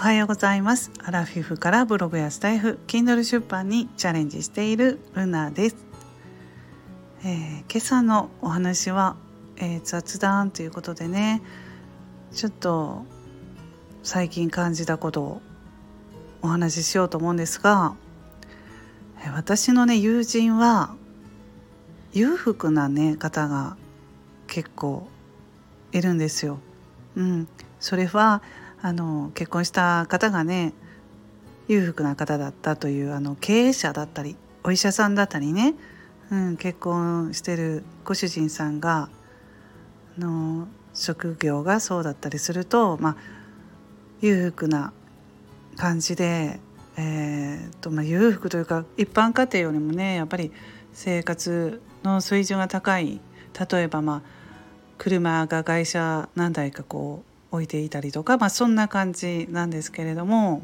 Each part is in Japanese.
はようございます。アラフィフからブログやスタイフ、Kindle 出版にチャレンジしているルナです。今朝のお話は、雑談ということでね、ちょっと最近感じたことをお話ししようと思うんですが、私のね友人は裕福なね方が結構いるんですよ。それは結婚した方がね裕福な方だったという経営者だったりお医者さんだったりね、結婚してるご主人さんが職業がそうだったりすると、裕福な感じで、裕福というか一般家庭よりもねやっぱり生活の水準が高い。例えば車が会社何台か置いていたりとか、そんな感じなんですけれども、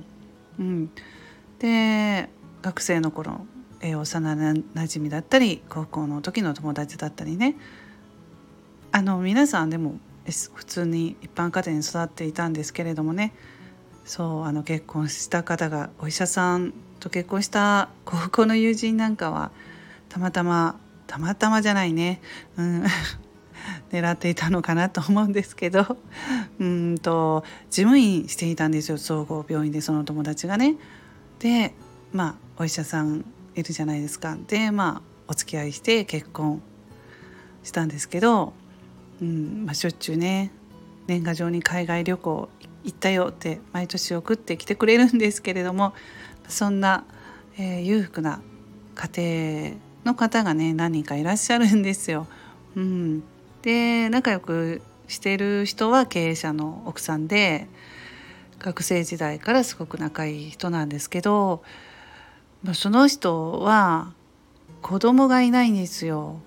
で学生の頃、幼なじみだったり高校の時の友達だったりね、皆さんでも普通に一般家庭に育っていたんですけれどもね、そう結婚した方がお医者さんと結婚した高校の友人なんかはたまたまじゃないね、狙っていたのかなと思うんですけど事務員していたんですよ、総合病院で。その友達がね、でお医者さんいるじゃないですか。でお付き合いして結婚したんですけど、しょっちゅうね年賀状に海外旅行行ったよって毎年送ってきてくれるんですけれども、そんな、裕福な家庭の方がね何人かいらっしゃるんですよ。で仲良くしている人は経営者の奥さんで、学生時代からすごく仲いい人なんですけど、その人は子供がいないんですよ。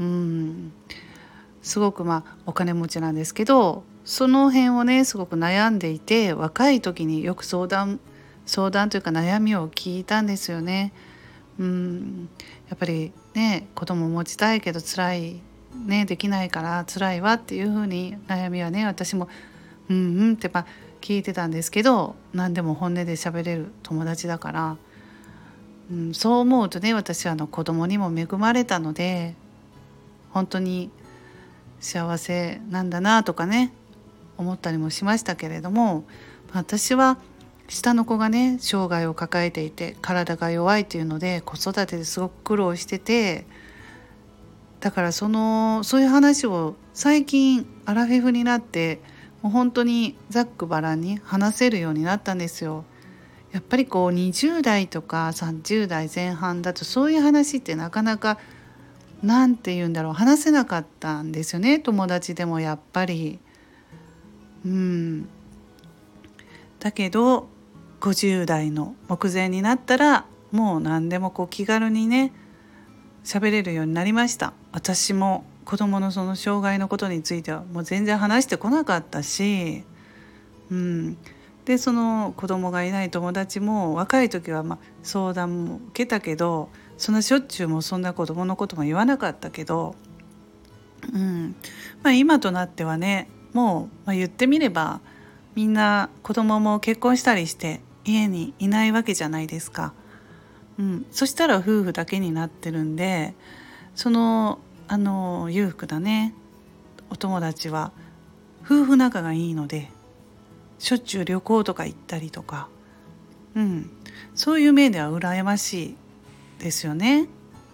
すごくお金持ちなんですけど、その辺をねすごく悩んでいて、若い時によく相談というか悩みを聞いたんですよね。やっぱりね子供持ちたいけど辛いね、できないから辛いわっていう風に悩みはね私もって聞いてたんですけど、何でも本音で喋れる友達だから、そう思うとね私は子供にも恵まれたので本当に幸せなんだなとかね思ったりもしましたけれども、私は下の子がね障害を抱えていて体が弱いというので子育てですごく苦労してて、だからそういう話を最近アラフィフになってもう本当にざっくばらんに話せるようになったんですよ。やっぱり20代とか30代前半だとそういう話ってなかなかなんて言うんだろう話せなかったんですよね、友達でもやっぱり。だけど50代の目前になったらもう何でも気軽にね喋れるようになりました。私も子供のその障害のことについてはもう全然話してこなかったし、でその子供がいない友達も若い時は相談も受けたけど、そんなしょっちゅうもそんな子供のことも言わなかったけど、今となってはねもう、言ってみればみんな子供も結婚したりして家にいないわけじゃないですか。そしたら夫婦だけになってるんで、その裕福なねお友達は夫婦仲がいいのでしょっちゅう旅行とか行ったりとか、そういう面では羨ましいですよね。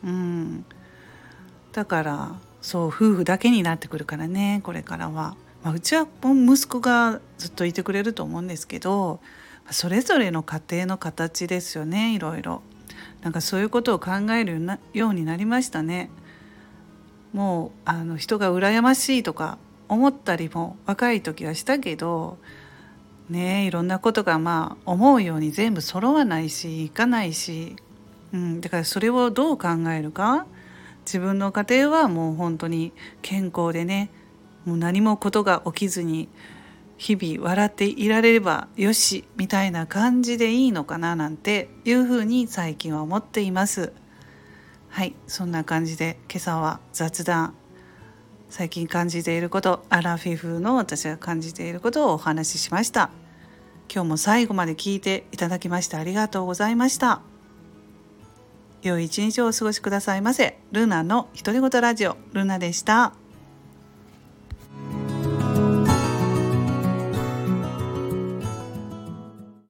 だから夫婦だけになってくるからねこれからは。うちは息子がずっといてくれると思うんですけど、それぞれの家庭の形ですよね。いろいろそういうことを考えるようになりましたね。もう人が羨ましいとか思ったりも若い時はしたけどね、いろんなことが思うように全部揃わないしいかないし、だからそれをどう考えるか。自分の家庭はもう本当に健康でね、もう何もことが起きずに日々笑っていられればよしみたいな感じでいいのかななんていうふうに最近は思っています。はい、そんな感じで今朝は雑談、最近感じていること、アラフィフの私が感じていることをお話ししました。 今日も最後まで聞いていただきましてありがとうございました。良い一日をお過ごしくださいませ。ルナの独り言ラジオ、ルナでした。